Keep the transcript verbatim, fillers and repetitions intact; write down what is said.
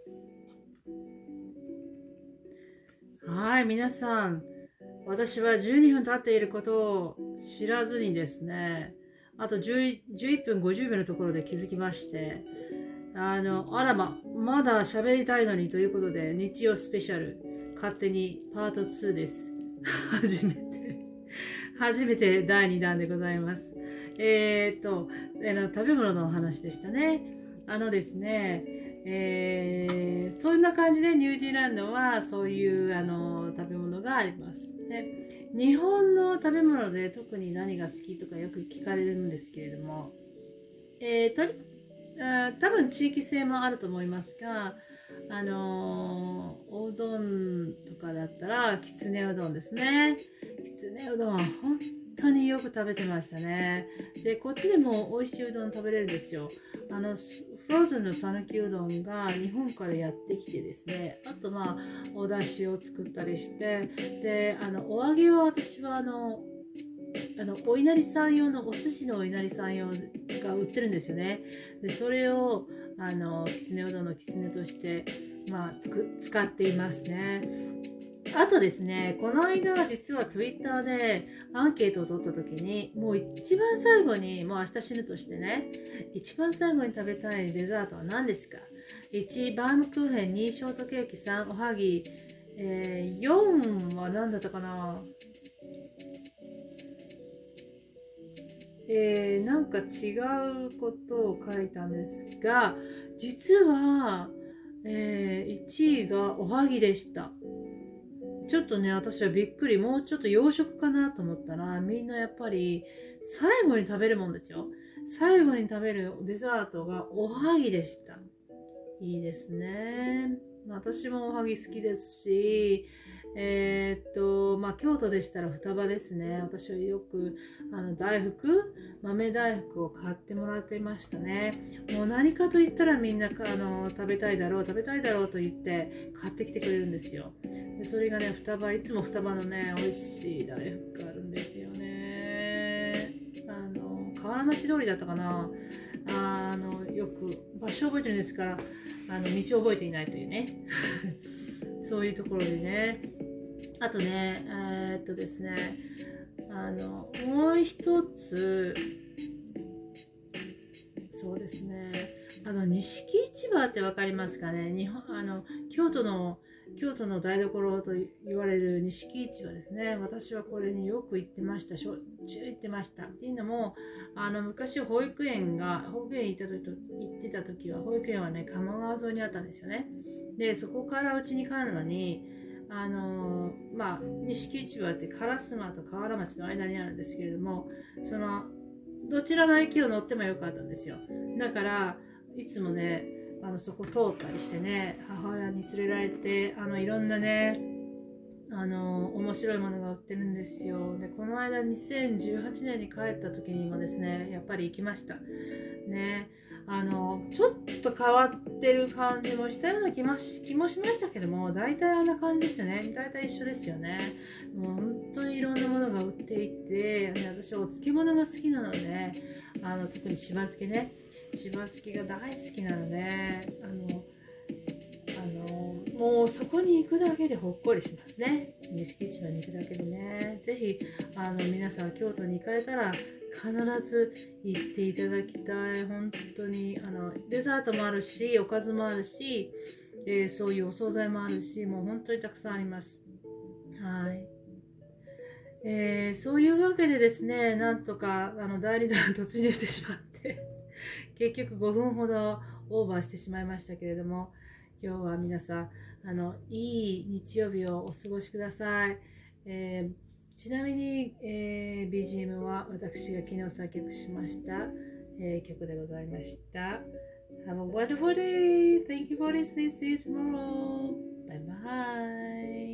はい、皆さん、私はじゅうにふん経っていることを知らずにですね、あとじゅういっぷんごじゅうびょうのところで気づきまして、あの、あらま、まだ喋りたいのにということで、日曜スペシャル、勝手にパートツーです。初めて。初めてだいにだんでございます。えー、っと、食べ物のお話でしたね。あのですね、えー、そんな感じでニュージーランドはそういうあの食べ物があります。で、日本の食べ物で特に何が好きとかよく聞かれるんですけれども、えー、とりあ多分地域性もあると思いますが、あのー、おうどんとかだったらきつねうどんですね。きつねうどんは本当によく食べてましたね。で、こっちでも美味しいうどん食べれるんですよ。あのフローズンの讃岐うどんが日本からやってきてですね、あとまあお出汁を作ったりして、で、あのお揚げは私はあのあのお稲荷さん用のお寿司のお稲荷さん用が売ってるんですよね。でそれをあのきつねうどんのきつねとして、まあ、つく使っていますね。あとですね、この間実は Twitter でアンケートを取った時に、もう一番最後に、もう明日死ぬとしてね、一番最後に食べたいデザートは何ですか？ いち、バームクーヘン、に、ショートケーキ、さん、おはぎ、えー、よんは何だったかな？えー、なんか違うことを書いたんですが、実は、えー、いちいがおはぎでした。ちょっとね、私はびっくり。もうちょっと洋食かなと思ったら、みんなやっぱり最後に食べるもんですよ。最後に食べるデザートがおはぎでした。いいですね。私もおはぎ好きですし、えー、っと、まあ、京都でしたら双葉ですね。私はよく、あの、大福、豆大福を買ってもらっていましたね。もう何かと言ったらみんな、あの、食べたいだろう、食べたいだろうと言って買ってきてくれるんですよ。で、それがね、双葉、いつも双葉のね、美味しい大福があるんですよね。あの、河原町通りだったかな。あの、よく、場所覚えてるんですから、あの道を覚えていないというねそういうところでね。あとね、えー、っとですね、あのもう一つ、そうですね、あの錦市場って分かりますかね？日本あの京都の京都の台所と言われる錦市場ですね。私はこれによく行ってました。しょっちゅう行ってました。っていうのも、あの昔保育園が保育園行った時と行ってた時は保育園はね鴨川沿いにあったんですよね。でそこから家に帰るのに、あのまあ錦市場って烏丸と河原町の間にあるんですけれども、そのどちらの駅を乗ってもよかったんですよ。だからいつもね、あのそこ通ったりしてね、母親に連れられて、あのいろんなね、あの面白いものが売ってるんですよ。でこの間にせんじゅうはちねんに帰った時にもですね、やっぱり行きましたね。あのちょっと変わってる感じもしたような気も気もしましたけども、大体あんな感じでしたね。大体一緒ですよね。もう本当にいろんなものが売っていて、私はお漬物が好きなので、あの特にしば漬けね、しば漬けが大好きなので、あのあのもうそこに行くだけでほっこりしますね。錦市場に行くだけでね。ぜひあの皆さん京都に行かれたら必ず行っていただきたい。本当にあのデザートもあるし、おかずもあるし、えー、そういうお惣菜もあるし、もう本当にたくさんあります。はい。えー、そういうわけでですね、なんとかあのだいにだん突入してしまって結局ごふんほどオーバーしてしまいましたけれども、今日は皆さんあのいい日曜日をお過ごしください。えー、ちなみに、えー、ビージーエム は私が昨日作曲しました、えー、曲でございました。Have a wonderful day! Thank you for listening. See you tomorrow. Bye bye.